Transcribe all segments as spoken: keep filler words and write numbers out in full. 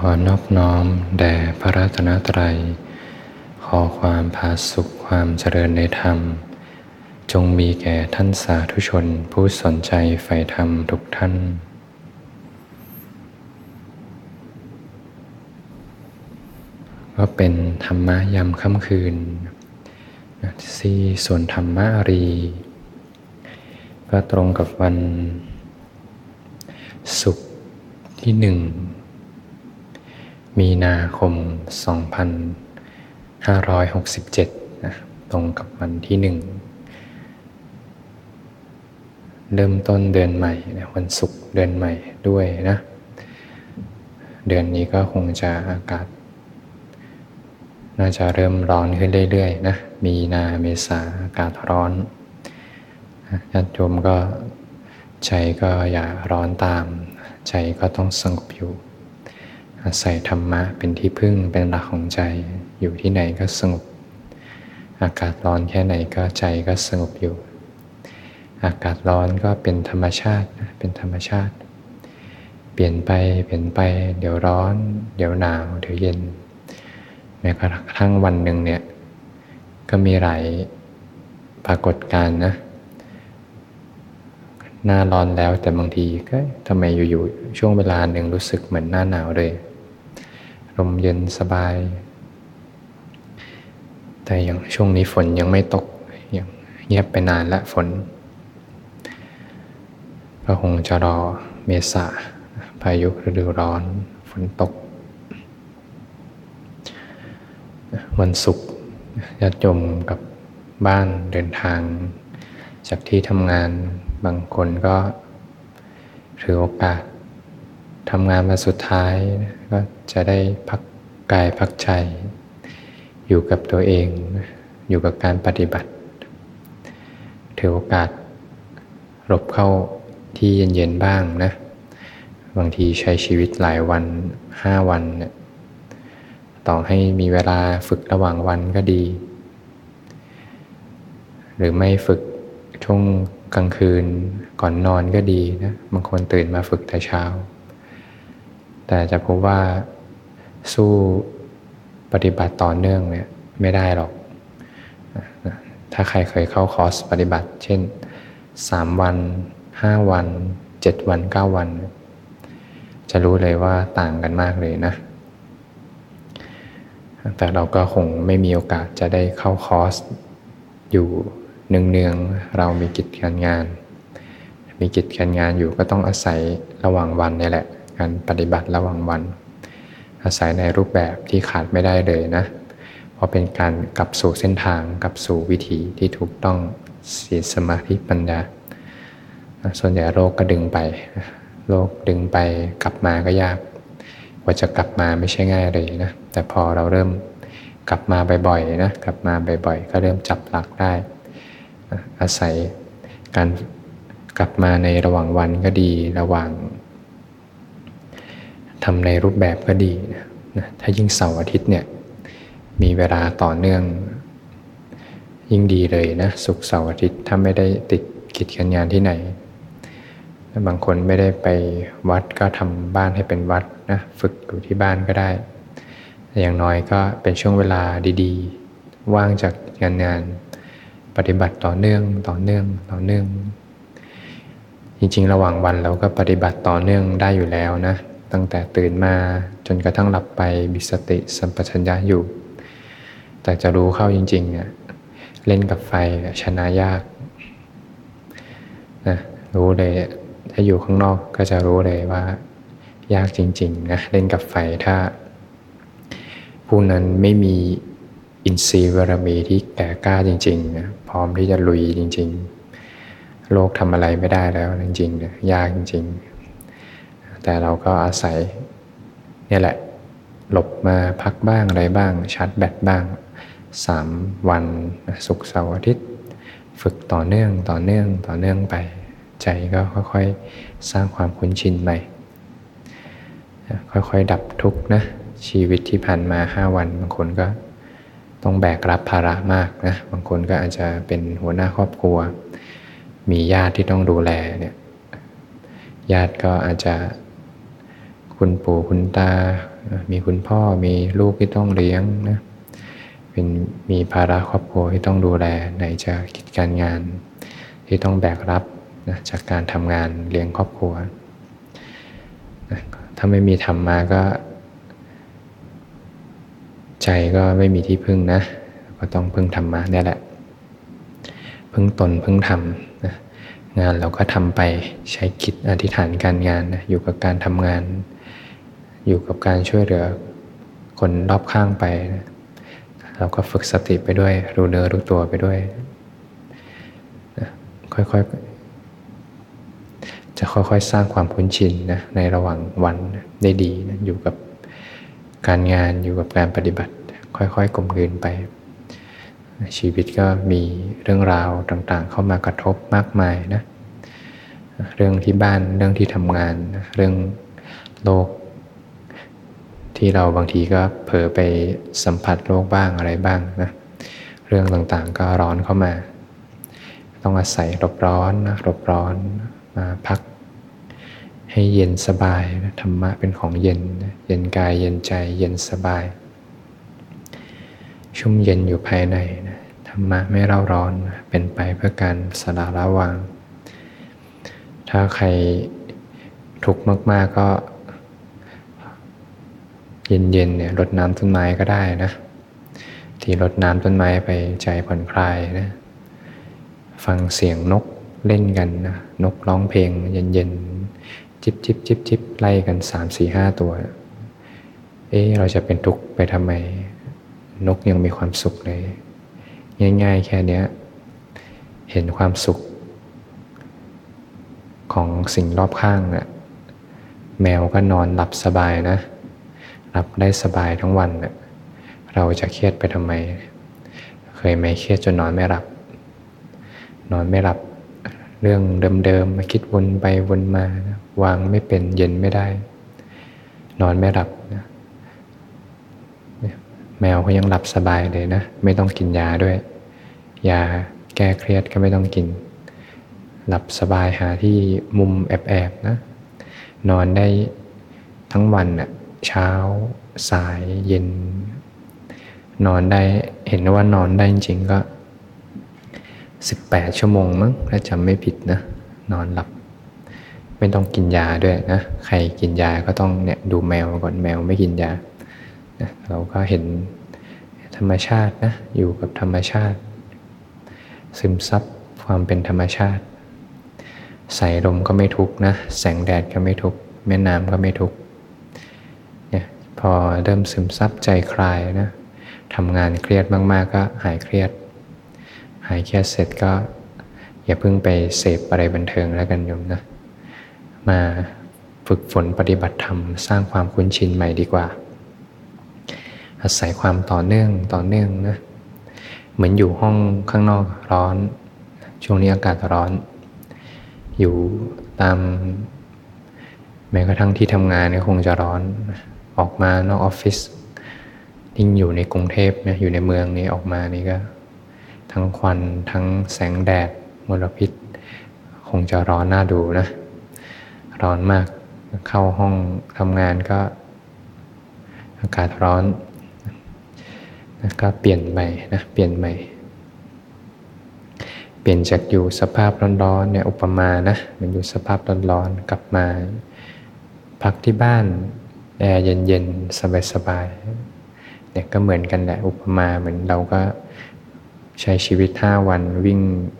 อนอบน้อมแด่พระรัตนตรัยขอความผาสุกความเจริญในธรรมจงมีแก่ท่านสาธุชนผู้สนใจใฝ่ธรรมทุกท่านก็เป็นธรรมะยามค่ำคืนที่ส่วนธรรมะอารีก็ตรงกับวันศุกร์ที่หนึ่งมีนาคมสองพันห้าร้อยหกสิบเจ็ดนะตรงกับวันที่หนึ่งเริ่มต้นเดือนใหม่นะวันศุกร์เดือนใหม่ด้วยนะเดือนนี้ก็คงจะอากาศน่าจะเริ่มร้อนขึ้นเรื่อยๆนะมีนาเมษาอากาศร้อนญาติโยมก็ใจก็อย่าร้อนตามใจก็ต้องสงบอยู่อาศัยธรรมะเป็นที่พึ่งเป็นหลักของใจอยู่ที่ไหนก็สงบอากาศร้อนแค่ไหนก็ใจก็สงบอยู่อากาศร้อนก็เป็นธรรมชาติเป็นธรรมชาติเปลี่ยนไปเปลี่ยนไปเดี๋ยวร้อนเดี๋ยวหนาวเดี๋ยวเย็นแม้กระทั่งวันหนึ่งเนี่ยก็มีหลายปรากฏการณ์นะหน้าร้อนแล้วแต่บางทีก็ทำไมอยู่ๆช่วงเวลาหนึ่งรู้สึกเหมือนหน้าหนาวเลยลมเย็นสบายแต่อย่างช่วงนี้ฝนยังไม่ตกยังเงียบไปนานละฝนก็คงจะรอเมษาพายุฤดูร้อนฝนตกวันศุกร์ญาติโยมกับบ้านเดินทางจากที่ทำงานบางคนก็ถือโอกาสทำงานมาสุดท้ายก็จะได้พักกายพักใจอยู่กับตัวเองอยู่กับการปฏิบัติถือโอกาสหลบเข้าที่เย็นๆบ้างนะบางทีใช้ชีวิตหลายวันห้าวันเนี่ยต่อให้มีเวลาฝึกระหว่างวันก็ดีหรือไม่ฝึกช่วงกลางคืนก่อนนอนก็ดีนะบางคนตื่นมาฝึกแต่เช้าแต่จะพบว่าสู้ปฏิบัติต่อเนื่องเนี่ยไม่ได้หรอกถ้าใครเคยเข้าคอร์สปฏิบัติเช่นสามวันห้าวันเจ็ดวันเก้าวันจะรู้เลยว่าต่างกันมากเลยนะแต่เราก็คงไม่มีโอกาสจะได้เข้าคอร์สอยู่เนืองๆเรามีกิจการงานมีกิจการงานอยู่ก็ต้องอาศัยระหว่างวันนี่แหละการปฏิบัติระหว่างวันอาศัยในรูปแบบที่ขาดไม่ได้เลยนะเพราะเป็นการกลับสู่เส้นทางกลับสู่วิถีที่ถูกต้องศีลสมาธิปัญญาส่วนใหญ่โลกก็ดึงไปโลกดึงไปกลับมาก็ยากกว่าจะกลับมาไม่ใช่ง่ายเลยนะแต่พอเราเริ่มกลับมาบ่อยๆนะกลับมาบ่อยๆก็เริ่มจับหลักได้อาศัยการกลับมาในระหว่างวันก็ดีระหว่างทำในรูปแบบก็ดีนะถ้ายิ่งเสาร์อาทิตย์เนี่ยมีเวลาต่อเนื่องยิ่งดีเลยนะศุกร์เสาร์อาทิตย์ถ้าไม่ได้ติดกิจการงานที่ไหนบางคนไม่ได้ไปวัดก็ทำบ้านให้เป็นวัดนะฝึกอยู่ที่บ้านก็ได้อย่างน้อยก็เป็นช่วงเวลาดีๆว่างจากงานงานปฏิบัติต่อเนื่องต่อเนื่องต่อเนื่องจริงๆระหว่างวันเราก็ปฏิบัติต่อเนื่องได้อยู่แล้วนะตั้งแต่ตื่นมาจนกระทั่งหลับไปมีสติสัมปชัญญะอยู่แต่จะรู้เข้าจริงๆเนี่ยเล่นกับไฟชนะยากนะรู้เลยถ้าอยู่ข้างนอกก็จะรู้เลยว่ายากจริงๆนะเล่นกับไฟถ้าผู้นั้นไม่มีอินทรีย์บารมีที่แก่กล้าจริงๆนะพร้อมที่จะลุยจริงๆโลกทำอะไรไม่ได้แล้วจริงๆนะยากจริงๆแต่เราก็อาศัยเนี่ยแหละหลบมาพักบ้างอะไรบ้างชาร์จแบตบ้างสามวันศุกร์เสาร์อาทิตย์ฝึกต่อเนื่องต่อเนื่องต่อเนื่องไปใจก็ค่อยๆสร้างความคุ้นชินใหม่ค่อยๆดับทุกข์นะชีวิตที่ผ่านมาห้าวันบางคนก็ต้องแบกรับภาระมากนะบางคนก็อาจจะเป็นหัวหน้าครอบครัวมีญาติที่ต้องดูแลเนี่ยญาติก็อาจจะคุณปู่คุณตามีคุณพ่อมีลูกที่ต้องเลี้ยงนะเป็นมีภาระครอบครัวที่ต้องดูแลไหนจะกิจการงานที่ต้องแบกรับนะจากการทำงานเลี้ยงครอบครัวนะถ้าไม่มีธรรมะก็ใจก็ไม่มีที่พึ่งนะก็ต้องพึ่งธรรมะนี่แหละพึ่งตนพึ่งธรรมนะงานเราก็ทำไปใช้คิดอธิษฐานการงานนะอยู่กับการทำงานอยู่กับการช่วยเหลือคนรอบข้างไปนะเราก็ฝึกสติไปด้วยรู้เนื้อรู้ตัวไปด้วยนะค่อยๆจะค่อยๆสร้างความคุ้นชินนะในระหว่างวันได้ดีนะอยู่กับการงานอยู่กับการปฏิบัติค่อยๆกลมกลืนไปชีวิตก็มีเรื่องราวต่างๆเข้ามากระทบมากมายนะเรื่องที่บ้านเรื่องที่ทำงานเรื่องโลกที่เราบางทีก็เผลอไปสัมผัสโลกบ้างอะไรบ้างนะเรื่องต่างๆก็ร้อนเข้ามาต้องอาศัยหลบร้อนนะหลบร้อนมาพักให้เย็นสบายนะธรรมะเป็นของเย็นนะเย็นกายเย็นใจเย็นสบายชุ่มเย็นอยู่ภายในนะธรรมะไม่เร่าร้อนนะเป็นไปเพื่อการสละละวางถ้าใครทุกข์มากๆก็เย็นๆเนี่ยรดน้ำต้นไม้ก็ได้นะที่รดน้ำต้นไม้ไปใจผ่อนคลายนะฟังเสียงนกเล่นกันนะนกร้องเพลงเย็นๆจิบจิบจิบจิบไล่กันสามสี่ห้าตัวเอ๊ะเราจะเป็นทุกข์ไปทำไมนกยังมีความสุขเลยง่ายๆแค่นี้เห็นความสุขของสิ่งรอบข้างน่ะแมวก็นอนหลับสบายนะหลับได้สบายทั้งวันน่ะเราจะเครียดไปทำไมเคยไหมเครียดจนนอนไม่หลับนอนไม่หลับเรื่องเดิมๆมาคิดวนไปวนมานะวางไม่เป็นเย็นไม่ได้นอนไม่หลับนะแมวก็ยังหลับสบายเลยนะไม่ต้องกินยาด้วยยาแก้เครียดก็ไม่ต้องกินหลับสบายหาที่มุมแอบๆนะนอนได้ทั้งวันน่ะเช้าสายเย็นนอนได้เห็นว่านอนได้จริงๆก็สิบแปดชั่วโมงมั้งถ้าจำไม่ผิดนะนอนหลับไม่ต้องกินยาด้วยนะใครกินยาก็ต้องเนี่ยดูแมวก่อนแมวไม่กินยานะเราก็เห็นธรรมชาตินะอยู่กับธรรมชาติซึมซับความเป็นธรรมชาติสายลมก็ไม่ทุกข์นะแสงแดดก็ไม่ทุกข์แม่น้ำก็ไม่ทุกข์เนี่ยพอเริ่มซึมซับใจคลายนะทำงานเครียดมากๆก็หายเครียดหายเครียดเสร็จก็อย่าเพิ่งไปเสพอะไรบันเทิงแล้วกันโยมนะมาฝึกฝนปฏิบัติธรรมสร้างความคุ้นชินใหม่ดีกว่าอาศัยความต่อเนื่องต่อเนื่องนะเหมือนอยู่ห้องข้างนอกร้อนช่วงนี้อากาศร้อนอยู่ตามแม้กระทั่งที่ทำงานก็คงจะร้อนออกมานอกออฟฟิศยิ่งอยู่ในกรุงเทพนะอยู่ในเมืองนี้ออกมานี่ก็ทั้งควันทั้งแสงแดดมลพิษคงจะร้อนน่าดูนะร้อนมากเข้าห้องทำงานก็อากาศร้อนนะก็เปลี่ยนใหม่นะเปลี่ยนใหม่เปลี่ยนจากอยู่สภาพร้อนๆเนี่ยอุปมานะมันอยู่สภาพร้อนๆกลับมาพักที่บ้านแอร์เย็นๆสบายๆเนี่ยก็เหมือนกันแหละอุปมาเหมือนเราก็ใช้ชีวิตห้าวันวิ่ง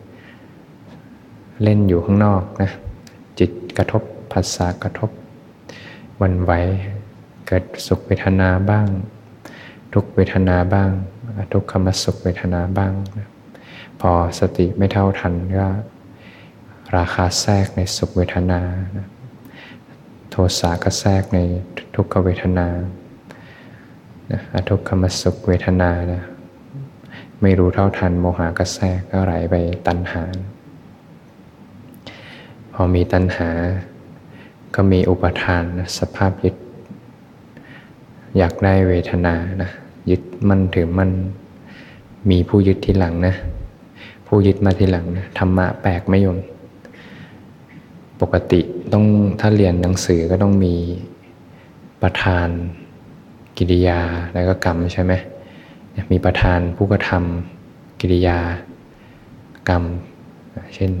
เล่นอยู่ข้างนอกนะจิตกระทบผัสสะกระทบหวั่นไหวเกิดสุขเวทนาบ้างทุกเวทนาบ้างทุกขมสุขเวทนาบ้างนะพอสติไม่เท่าทันก็ราคะแทรกในสุขเวทนานะโทสะก็แทรกในทุกขเวทนานะอทุกขมสุขเวทนานะไม่รู้เท่าทันโมหะก็แทรกก็ไหลไปตัณหาพอมีตัณหาก็มีอุปทานนะสภาพยึดอยากได้เวทนานะยึดมั่นถือมั่นมีผู้ยึดทีหลังนะผู้ยึดมาทีหลังนะธรรมะแปลกไม่ยนปกติต้องถ้าเรียนหนังสือก็ต้องมีประธานกิริยาแล้วก็กรรมใช่ไหมมีประธานผู้กระทำกิริยากรรมเช่น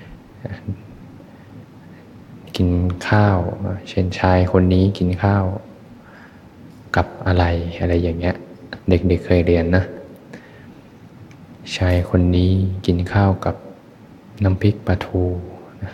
กินข้าวเช่นชายคนนี้กินข้าวกับอะไรอะไรอย่างเงี้ยเด็กๆ เ, เคยเรียนนะชายคนนี้กินข้าวกับน้ำพริกปลาทูนะ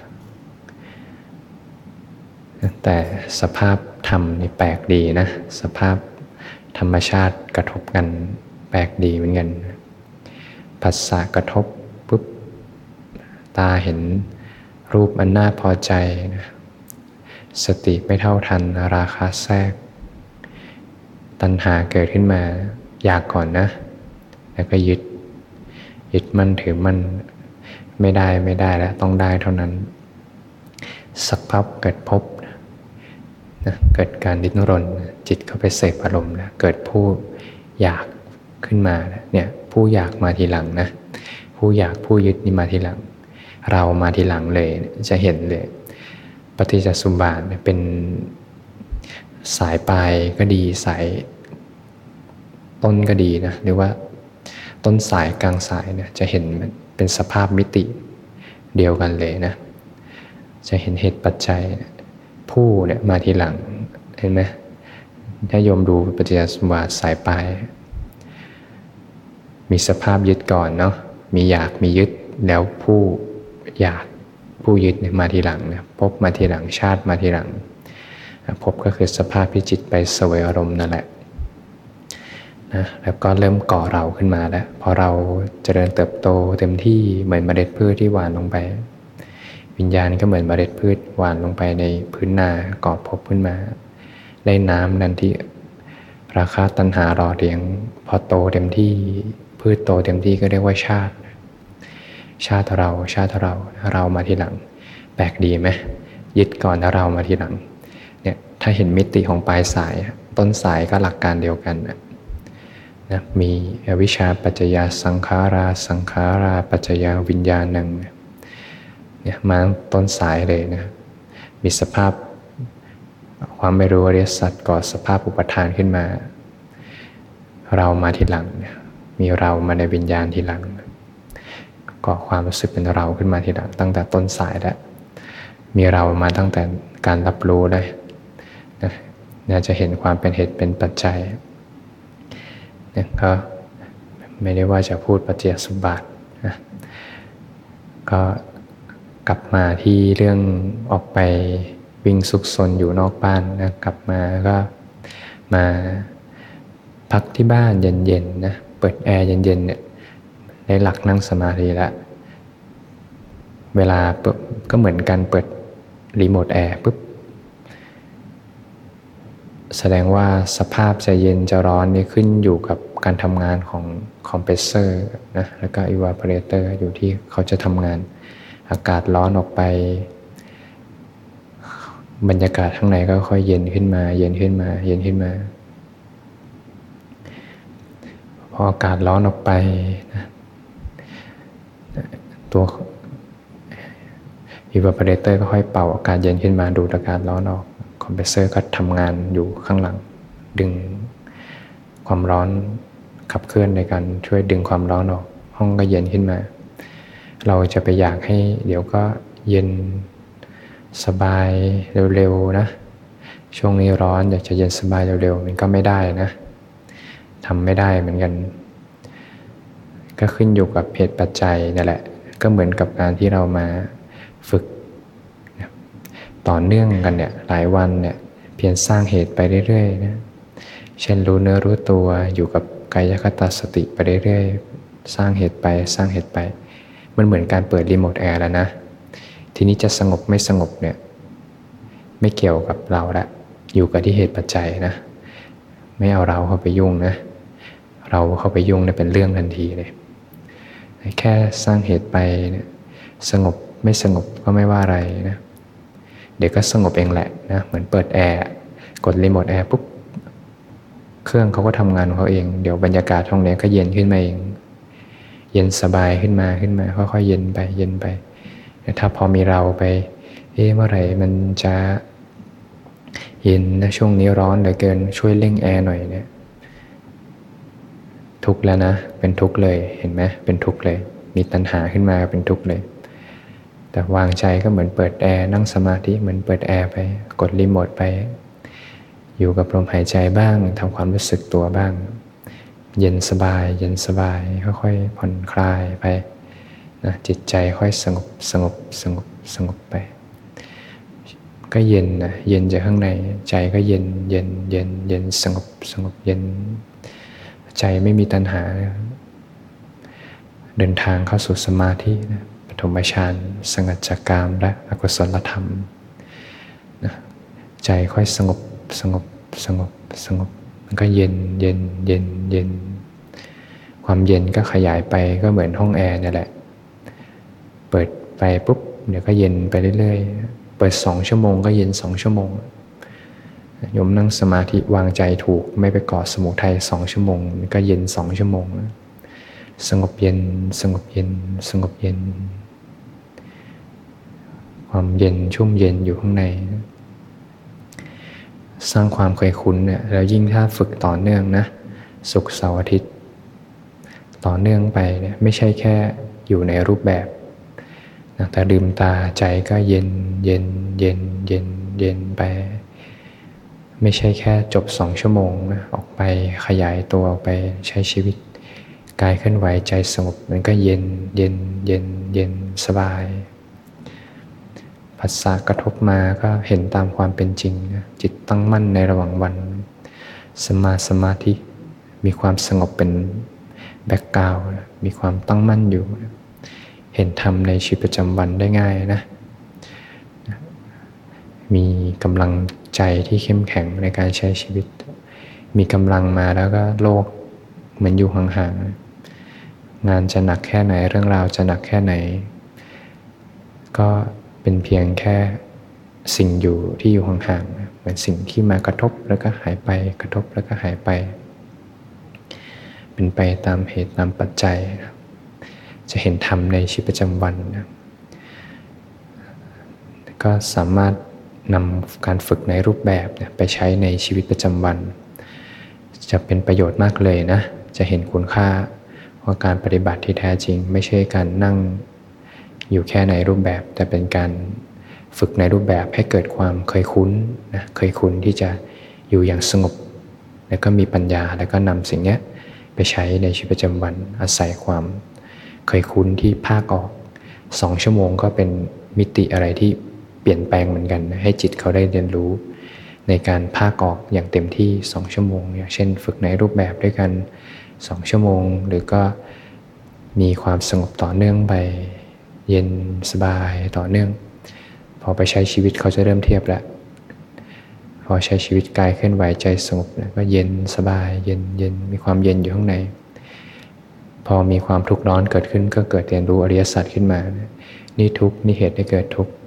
แต่สภาพธรรมนี่แปลกดีนะสภาพธรรมชาติกระทบกันแปลกดีเหมือนกันผัสสะกระทบปุ๊บตาเห็นรูปอันน่าพอใจนะสติไม่เท่าทันราคะแทรกตัณหาเกิดขึ้นมาอยากก่อนนะแล้วก็ยึดยึดมั่นถือมั่นไม่ได้ไม่ได้แล้วต้องได้เท่านั้นสักพักเกิดพบนะเกิดการดิ้นรนจิตเข้าไปเสพอารมณ์นะเกิดผู้อยากขึ้นมาเนี่ยผู้อยากมาทีหลังนะผู้อยากผู้ยึดนี่มาทีหลังเรามาทีหลังเลยจะเห็นเลยปฏิจจสมุปบาทเป็นสายปลายก็ดีสายต้นก็ดีนะหรือว่าต้นสายกลางสายเนี่ยจะเห็นเป็นสภาพมิติเดียวกันเลยนะจะเห็นเหตุปัจจัยผู้เนี่ยมาทีหลังเห็นไหมถ้าโยมดูปฏิจจสมุปบาทสายปลายมีสภาพยึดก่อนเนาะมีอยากมียึดแล้วผู้อยากผู้ยึดเนี่ยมาทีหลังเนี่ยพบมาทีหลังชาติมาทีหลังพบก็คือสภาพพิจิตไปเสวยอารมณ์นั่นแหละนะแล้วก็เริ่มก่อเราขึ้นมาแล้วพอเราเจริญเติบโตเต็มที่เหมือนเมล็ดพืชที่หว่านลงไปวิญญาณก็เหมือนเมล็ดพืชหว่านลงไปในพื้นนาก่อพบขึ้นมาได้น้ำนั่นที่ราคะตัณหารอเลี้ยงพอโตเต็มที่พืชโตเต็มที่ก็เรียกว่าชาติชาติเราชาติเราเรามาทีหลังแปลกดีไหมยึดก่อนแล้วเรามาทีหลังเนี่ยถ้าเห็นมิติของปลายสายต้นสายก็หลักการเดียวกันนะนะมีอวิชชาปัจจยาสังขาราสังขาราปัจจยาวิญญาณังเนี่ยมาต้นสายเลยนะมีสภาพความไม่รู้อริยสัจก่อสภาพอุปทานขึ้นมาเรามาทีหลังมีเรามาในวิญญาณทีหลังก่อความรู้สึกเป็นเราขึ้นมาทีหลังตั้งแต่ต้นสายแล้วมีเรามาตั้งแต่การรับรู้เลยนะน่าจะเห็นความเป็นเหตุเป็นปัจจัยเนี่ยก็ไม่ได้ว่าจะพูดปฏิจจสมุปบาทนะก็กลับมาที่เรื่องออกไปวิ่งซุกซนอยู่นอกบ้านนะกลับมาก็มาพักที่บ้านเย็นๆนะเปิดแอร์เย็นๆเนี่ยได้หลักนั่งสมาธิแล้วเวลาก็เหมือนกันเปิดรีโมทแอร์ปุ๊บแสดงว่าสภาพจะเย็นจะร้อนนี่ขึ้นอยู่กับการทำงานของคอมเพรสเซอร์นะแล้วก็อีวาพอเรเตอร์อยู่ที่เขาจะทำงานอากาศร้อนออกไปบรรยากาศข้างในก็ค่อยเย็นขึ้นมาเย็นขึ้นมาเย็นขึ้นมาพออากาศร้อนออกไปนะตัวอีวาพอเรเตอร์ก็ค่อยเป่าอากาศเย็นขึ้นมาดูดอากาศร้อนออกคอมเพรสเซอร์ก็ทำงานอยู่ข้างหลังดึงความร้อนขับเคลื่อนในการช่วยดึงความร้อนออกห้องก็เย็นขึ้นมาเราจะไปอยากให้เดี๋ยวก็เย็นสบายเร็วๆนะช่วงนี้ร้อนอยากจะเย็นสบายเร็วๆมันก็ไม่ได้นะทำไม่ได้เหมือนกันก็ขึ้นอยู่กับเหตุปัจจัยนั่นแหละก็เหมือนกับการที่เรามาฝึกต่อเนื่องกันเนี่ยหลายวันเนี่ยเพียรสร้างเหตุไปเรื่อยๆนะเช่นรู้เนื้อรู้ตัวอยู่กับกายคตาสติไปเรื่อยๆสร้างเหตุไปสร้างเหตุไปมันเหมือนการเปิดรีโมทแอร์แล้วนะทีนี้จะสงบไม่สงบเนี่ยไม่เกี่ยวกับเราละอยู่กับที่เหตุปัจจัยนะไม่เอาเราเข้าไปยุ่งนะเราเข้าไปยุ่งเนี่ยเป็นเรื่องทันทีเลยแค่สร้างเหตุไปเนี่ยสงบไม่สงบก็ไม่ว่าอะไรนะเดี๋ยวก็สงบเองแหละนะเหมือนเปิดแอร์กดรีโมทแอร์ปุ๊บเครื่องเขาก็ทำงานของเขาเองเดี๋ยวบรรยากาศห้องนี้ก็เย็นขึ้นมาเองเย็นสบายขึ้นมาขึ้นมาค่อยๆเย็นไปเย็นไปถ้าพอมีเราไปเอ๊ะเมื่อไหร่มันจะเย็นนะช่วงนี้ร้อนเหลือเกินช่วยเร่งแอร์หน่อยเนี่ยทุกข์แล้วนะเป็นทุกข์เลยเห็นไหมเป็นทุกข์เลยมีตัณหาขึ้นมาเป็นทุกข์เลยแต่วางใจก็เหมือนเปิดแอร์นั่งสมาธิเหมือนเปิดแอร์ไปกดรีโมทไปอยู่กับลมหายใจบ้างทำความรู้สึกตัวบ้างเย็นสบายเย็นสบายค่อยๆผ่อนคลายไปนะจิตใจค่อยสงบสงบสงบสงบไปก็เย็นนะเย็นจากข้างในใจก็เย็นเย็นเย็นเย็นสงบสงบเย็นใจไม่มีตัณหาเดินทางเข้าสู่สมาธินะปฐมฌานสงัดจากกามและอกุศลธรรมนะใจค่อยสงบสงบสงบสงบมันก็เย็นเย็นเย็นเย็นความเย็นก็ขยายไปก็เหมือนห้องแอร์นี่แหละเปิดไปปุ๊บเดี๋ยวก็เย็นไปเรื่อยๆเปิดสองชั่วโมงก็เย็นสองชั่วโมงโยมนั่งสมาธิวางใจถูกไม่ไปก่อสมุทัยสองชั่วโมงก็เย็นสองชั่วโมงสงบเย็นสงบเย็นสงบเย็นความเย็นชุ่มเย็นอยู่ข้างในสร้างความเคยคุ้นเนี่ยแล้วยิ่งถ้าฝึกต่อเนื่องนะศุกร์เสาร์อาทิตย์ต่อเนื่องไปเนี่ยไม่ใช่แค่อยู่ในรูปแบบนะแต่ลืมตาใจก็เย็นเย็นเย็นเย็นเย็นไปไม่ใช่แค่จบสองชั่วโมงนะออกไปขยายตัวออกไปใช้ชีวิตกายเคลื่อนไหวใจสงบมันก็เย็นเย็นเย็นเย็นสบายผัสสะกระทบมาก็เห็นตามความเป็นจริงนะจิตตั้งมั่นในระหว่างวันสมาสมาธิมีความสงบเป็นแบ็กกราวด์มีความตั้งมั่นอยู่เห็นธรรมในชีวิตประจำวันได้ง่ายนะมีกำลังใจที่เข้มแข็งในการใช้ชีวิตมีกำลังมาแล้วก็โลกเหมือนอยู่ห่างๆงานจะหนักแค่ไหนเรื่องราวจะหนักแค่ไหนก็เป็นเพียงแค่สิ่งอยู่ที่อยู่ห่างๆเหมือนสิ่งที่มากระทบแล้วก็หายไปกระทบแล้วก็หายไปเป็นไปตามเหตุตามปัจจัยจะเห็นธรรมในชีวิตประจำวันนะก็สามารถนำการฝึกในรูปแบบไปใช้ในชีวิตประจำวันจะเป็นประโยชน์มากเลยนะจะเห็นคุณค่าว่าการปฏิบัติที่แท้จริงไม่ใช่การนั่งอยู่แค่ในรูปแบบแต่เป็นการฝึกในรูปแบบให้เกิดความเคยคุ้นนะเคยคุ้นที่จะอยู่อย่างสงบแล้วก็มีปัญญาแล้วก็นำสิ่งนี้ไปใช้ในชีวิตประจำวันอาศัยความเคยคุ้นที่ภาคออกสองชั่วโมงก็เป็นมิติอะไรที่เปลี่ยนแปลงเหมือนกันให้จิตเขาได้เรียนรู้ในการภาคออกอย่างเต็มที่สองชั่วโมงอย่างเช่นฝึกในรูปแบบด้วยกันสองชั่วโมงหรือก็มีความสงบต่อเนื่องไปเย็นสบายต่อเนื่องพอไปใช้ชีวิตเขาจะเริ่มเทียบแล้วพอใช้ชีวิตกายเคลื่อนไหวใจสงบก็เย็นสบายเย็นเย็นมีความเย็นอยู่ข้างในพอมีความทุกข์ร้อนเกิดขึ้นก็เกิดเรียนรู้อริยสัจขึ้นมานี่ทุกข์นี่เหตุให้เกิดทุกข์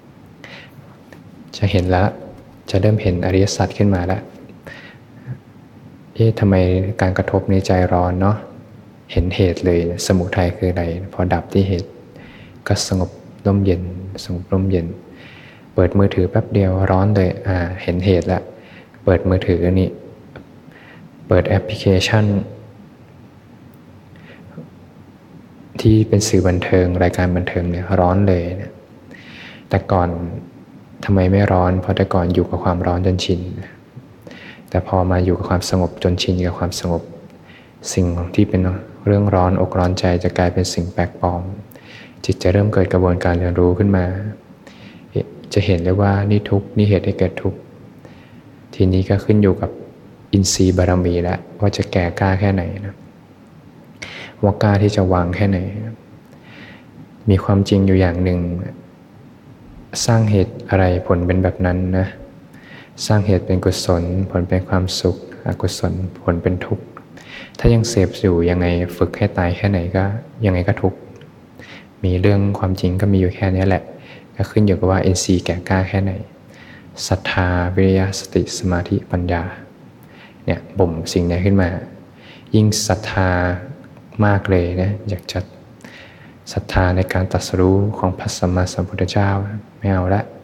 จะเห็นแล้วจะเริ่มเห็นอริยสัจขึ้นมาแล้วเอ๊ะทำไมการกระทบในใจร้อนเนาะเห็นเหตุเลยสมุทัยคืออะไรพอดับที่เหตุก็สงบร่มเย็นสงบร่มเย็นเปิดมือถือแป๊บเดียวร้อนเลยอ่าเห็นเหตุแล้วเปิดมือถือนี่เปิดแอปพลิเคชันที่เป็นสื่อบันเทิงรายการบันเทิงเนี่ยร้อนเลยนะแต่ก่อนทำไมไม่ร้อนเพราะแต่ก่อนอยู่กับความร้อนจนชินแต่พอมาอยู่กับความสงบจนชินกับความสงบสิ่งที่เป็นเรื่องร้อนอกร้อนใจจะกลายเป็นสิ่งแปลกปลอมจิตจะเริ่มเกิดกระบวนการเรียนรู้ขึ้นมาจะเห็นเลยว่านี่ทุกข์นี่เหตุให้เกิดทุกข์ทีนี้ก็ขึ้นอยู่กับอินทรีย์บารมีแล้วว่าจะแก่กล้าแค่ไหนนะว่ากล้าที่จะวางแค่ไหนมีความจริงอยู่อย่างหนึ่งสร้างเหตุอะไรผลเป็นแบบนั้นนะสร้างเหตุเป็นกุศลผลเป็นความสุขอกุศลผลเป็นทุกข์ถ้ายังเสพอยู่ยังไงฝึกให้ตายแค่ไหนก็ยังไงก็ทุกข์มีเรื่องความจริงก็มีอยู่แค่นี้แหละก็ขึ้นอยู่กับว่า เอ็น ซี แก่กล้าแค่ไหนศรัทธาวิริยะสติสมาธิปัญญาเนี่ยบ่มสิ่งนี้ขึ้นมายิ่งศรัทธามากเลยนะอยากจะศรัทธาในการตรัสรู้ของพระสัมมาสัมพุทธเจ้าไม่เอาละ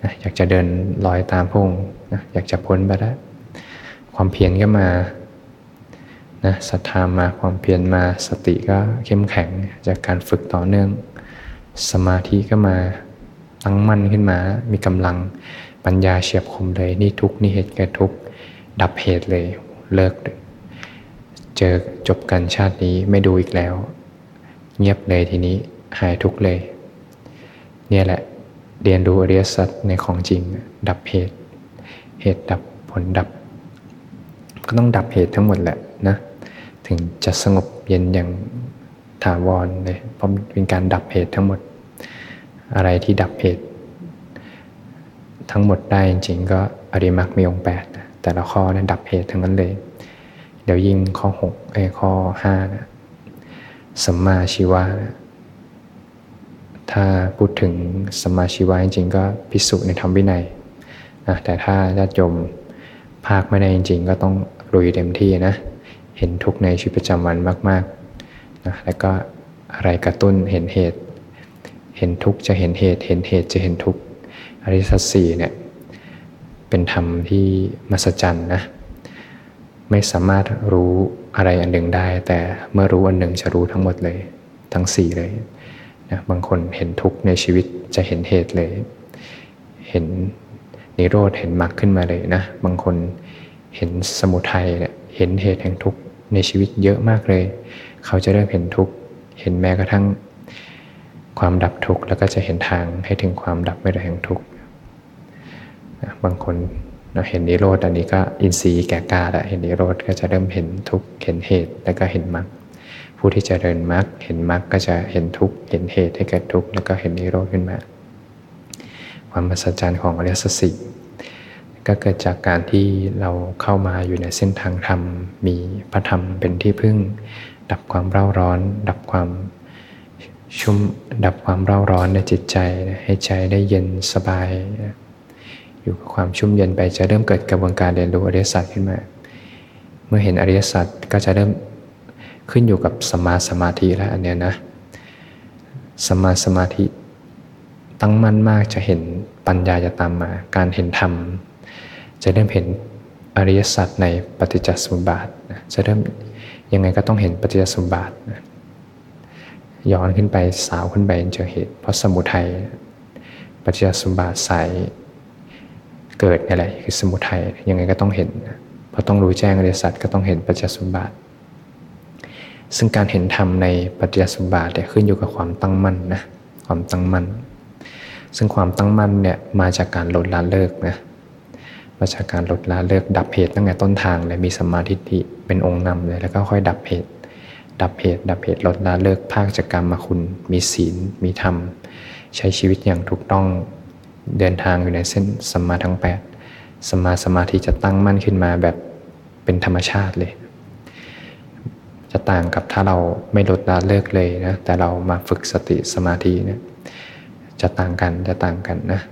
นะอยากจะเดินลอยตามพระองค์นะอยากจะพ้นไปได้ความเพียรก็มานะศรัทธามาความเพียรมาสติก็เข้มแข็งจากการฝึกต่อเนื่องสมาธิก็มาตั้งมั่นขึ้นมามีกำลังปัญญาเฉียบคมเลยนี่ทุกข์นี่เหตุเกิดทุกข์ดับเหตุเลยเลิกเลยเจอจบกันชาตินี้ไม่ดูอีกแล้วเงียบเลยทีนี้หายทุกข์เลยเนี่ยแหละเรียนรู้อริยสัจในของจริงดับเหตุเหตุดับผลดับก็ต้องดับเหตุทั้งหมดแหละนะถึงจะสงบเย็นอย่างถาวรเลยเพราะเป็นการดับเหตุทั้งหมดอะไรที่ดับเหตุทั้งหมดได้จริงๆก็อริยมรรคมีองค์แปดแต่ละข้อนั้นดับเหตุทั้งนั้นเลยเดี๋ยวยิ่งข้อหกไอ้ข้อห้านะสัมมาชีวะนะถ้าพูดถึงสัมมาชีวะจริงๆก็ภิกษุในธรรมวินัยนะแต่ถ้าญาติโยมภาคไม่ได้จริงๆก็ต้องลุยเต็มที่นะเห็นทุกข์ในชีวิตประจำวันมากๆนะแล้วก็อะไรกระตุ้นเห็นเหตุเห็นทุกข์จะเห็นเหตุเห็นเหตุจะเห็นทุกข์อริยสัจสี่เนี่ยเป็นธรรมที่มหัศจรรย์นะไม่สามารถรู้อะไรอันหนึ่งได้แต่เมื่อรู้อันหนึ่งจะรู้ทั้งหมดเลยทั้งสี่เลยนะบางคนเห็นทุกข์ในชีวิตจะเห็นเหตุเลยเห็นนิโรธเห็นมรรคขึ้นมาเลยนะบางคนเห็นสมุทัยเนี่ยเห็นเหตุแห่งทุกข์ในชีวิตเยอะมากเลยเขาจะเริ่มเห็นทุกข์เห็นแม้กระทั่งความดับทุกข์แล้วก็จะเห็นทางให้ถึงความดับไม่ได้แห่งทุกข์บางคนเราเห็นนิโรธอันนี้ก็อินทรีย์แก่กล้าแล้วเห็นนิโรธก็จะเริ่มเห็นทุกข์เห็นเหตุแล้วก็เห็นมรรคผู้ที่จะเดินมรรคเห็นมรรคก็จะเห็นทุกข์เห็นเหตุให้เกิดทุกข์แล้วก็เห็นนิโรธขึ้นมาความมหัศจรรย์ของอริยสัจสี่ก็เกิดจากการที่เราเข้ามาอยู่ในเส้นทางธรรมมีพระธรรมเป็นที่พึ่งดับความเร่าร้อนดับความชุ่มดับความเร่าร้อนในจิตใจให้ใจได้เย็นสบายอยู่กับความชุ่มเย็นไปจะเริ่มเกิดกระบวนการเรียนรู้อริยสัจขึ้นมาเมื่อเห็นอริยสัจก็จะเริ่มขึ้นอยู่กับสัมมาสมาธิแล้วอันเนี้ยนะสัมมาสมาธิตั้งมั่นมากจะเห็นปัญญาจะตามมาการเห็นธรรมจะเริ่มเห็นอริยสัจในปฏิจจสมุปบาทจะเริ่มยังไงก็ต้องเห็นปฏิจจสมุปบาทย้อนขึ้นไปสาวขึ้นไปเจอเหตุเพราะสมุทัยปฏิจจสมุปบาทสายเกิดนี่แหละคือสมุทัยยังไงก็ต้องเห็นเพราะต้องรู้แจ้งอริยสัจก็ต้องเห็นปฏิจจสมุปบาทซึ่งการเห็นธรรมในปฏิจจสมุปบาทเนี่ยขึ้นอยู่กับความตั้งมั่นนะความตั้งมั่นซึ่งความตั้งมั่นเนี่ยมาจากการลดละเลิกนะมาจากการลดละเลิกดับเหตุตั้งแต่ต้นทางเลยมีสัมมาทิฏฐิเป็นองค์นำเลยแล้วก็ค่อยดับเหตุดับเหตุดับเหตุลดละเลิกภาคจากกรรมคุณมีศีลมีธรรมใช้ชีวิตอย่างถูกต้องเดินทางอยู่ในเส้นสัมมาทั้งแปดสัมมาสมาธิจะตั้งมั่นขึ้นมาแบบเป็นธรรมชาติเลยจะต่างกับถ้าเราไม่ลดละเลิกเลยนะแต่เรามาฝึกสติสมาธิเนี่ยจะต่างกันจะต่างกันนะ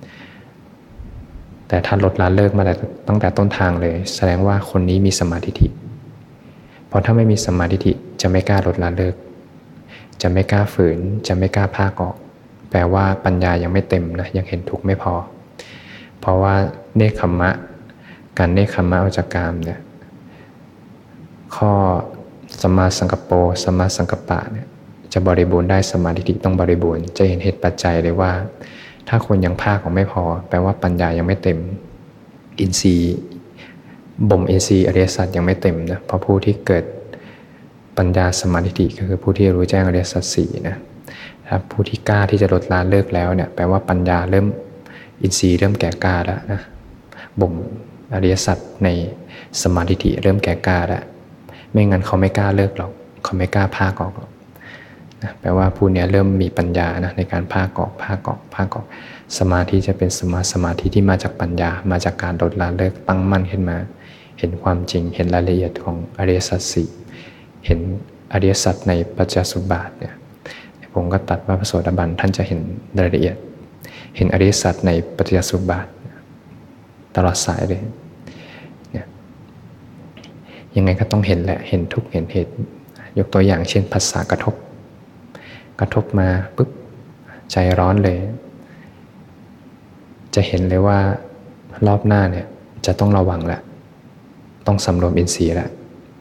แต่ถ้าลดละเลิกมาแต่ตั้งแต่ต้นทางเลยแสดงว่าคนนี้มีสัมมาทิฏฐิเพราะถ้าไม่มีสัมมาทิฏฐิจะไม่กล้าลดละเลิกจะไม่กล้าฝืนจะไม่กล้าพากออกแปลว่าปัญญายังไม่เต็มนะยังเห็นทุกข์ไม่พอเพราะว่าเนคขมมะการเนคขมมะออกจากกามเนี่ยข้อสัมมาสังกัปโปสัมมาสังกัปปะเนี่ยจะบริบูรณ์ได้สัมมาทิฏฐิต้องบริบูรณ์จะเห็นเหตุปัจจัยเลยว่าถ้าคนยังภาคของไม่พอแปลว่าปัญญายังไม่เต็มอินทรีย์บ่มอินทรีย์อริยสัจยังไม่เต็มนะเพราะผู้ที่เกิดปัญญาสัมมาทิฏฐิก็คือผู้ที่รู้แจ้งอริยสัจสี่นะถ้าผู้ที่กล้าที่จะลดละเลิกแล้วเนี่ยแปลว่าปัญญาเริ่มอินทรีย์เริ่มแก่กล้าแล้วนะบ่มอริยสัจในสัมมาทิฏฐิเริ่มแก่กล้าแล้วไม่งั้นเขาไม่กล้าเลิกหรอกเขาไม่กล้าภาคออกหรอกนะแปลว่าผู้นี้เริ่มมีปัญญานะในการภาคออกภาคออกภาคออกสมาธิจะเป็นสมาสมาธิที่มาจากปัญญามาจากการลดละเลิกตั้งมั่นขึ้นมาเห็นความจริงเห็นรายละเอียดของอริยสัจสี่เห็นอริยสัจในปฏิจจสมุปบาทเนี่ยผมก็ตัดว่าพระโสดาบันท่านจะเห็นรายละเอียดเห็นอริยสัจในปฏิจจสมุปบาทตลอดสายเลยเนี่ยยังไงก็ต้องเห็นแหละเห็นทุกเห็นเหตุยกตัวอย่างเช่นภาษากระทบกระทบมาปุ๊บใจร้อนเลยจะเห็นเลยว่ารอบหน้าเนี่ยจะต้องระวังละต้องสำรวมอินทรีย์ละ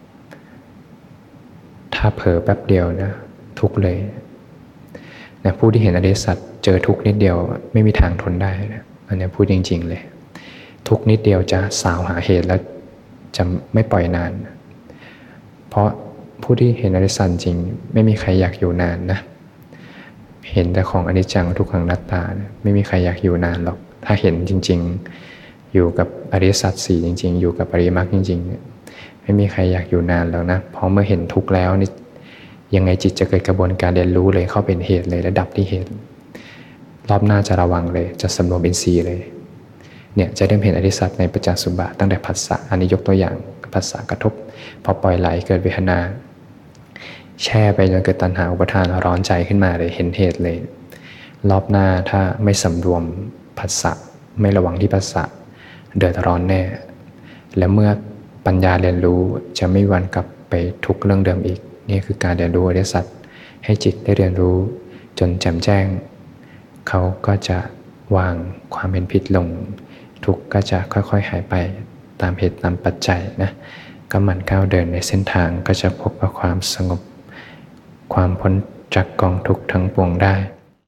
ถ้าเผลอแป๊บเดียวนะทุกข์เลยนะผู้ที่เห็นอริยสัจเจอทุกข์นิดเดียวไม่มีทางทนได้นะอันนี้พูดจริงๆเลยทุกข์นิดเดียวจะสาวหาเหตุแล้วจะไม่ปล่อยนานเพราะผู้ที่เห็นอริยสัจจริงไม่มีใครอยากอยู่นานนะเห็นแต่ของอนิจจังทุกขังอนัตตานะไม่มีใครอยากอยู่นานหรอกถ้าเห็นจริงๆอยู่กับอริยสัจสี่จริงๆอยู่กับอริยมรรคจริงๆเนี่ยไม่มีใครอยากอยู่นานแล้วนะเพราะเมื่อเห็นทุกข์แล้วนี่ยังไงจิตจะเกิดกระบวนการเรียนรู้เลยเข้าเป็นเหตุเลยและดับที่เหตุรอบหน้าจะระวังเลยจะสำรวมอินทรีย์เลยเนี่ยจะได้เห็นอริยสัจในปัจจสุบัติตั้งแต่ผัสสะอันนี้ยกตัวอย่างผัสสะกระทบพอปล่อยไหลเกิดเวทนาแช่ไปจนเกิดตัณหาอุปทานร้อนใจขึ้นมาเลยเห็นเหตุเลยรอบหน้าถ้าไม่สำรวมผัสสะไม่ระวังที่ผัสสะเดือดร้อนแน่และเมื่อปัญญาเรียนรู้จะไม่มีวันกลับไปทุกข์เรื่องเดิมอีกนี่คือการเรียนรู้อริยสัจให้จิตได้เรียนรู้จนแจ่มแจ้งเขาก็จะวางความเป็นพิษลงทุกข์ก็จะค่อยๆหายไปตามเหตุตามปัจจัยนะก็หมั่นก้าวเดินในเส้นทางก็จะพบกับความสงบความพ้นจากกองทุกข์ทั้งปวงได้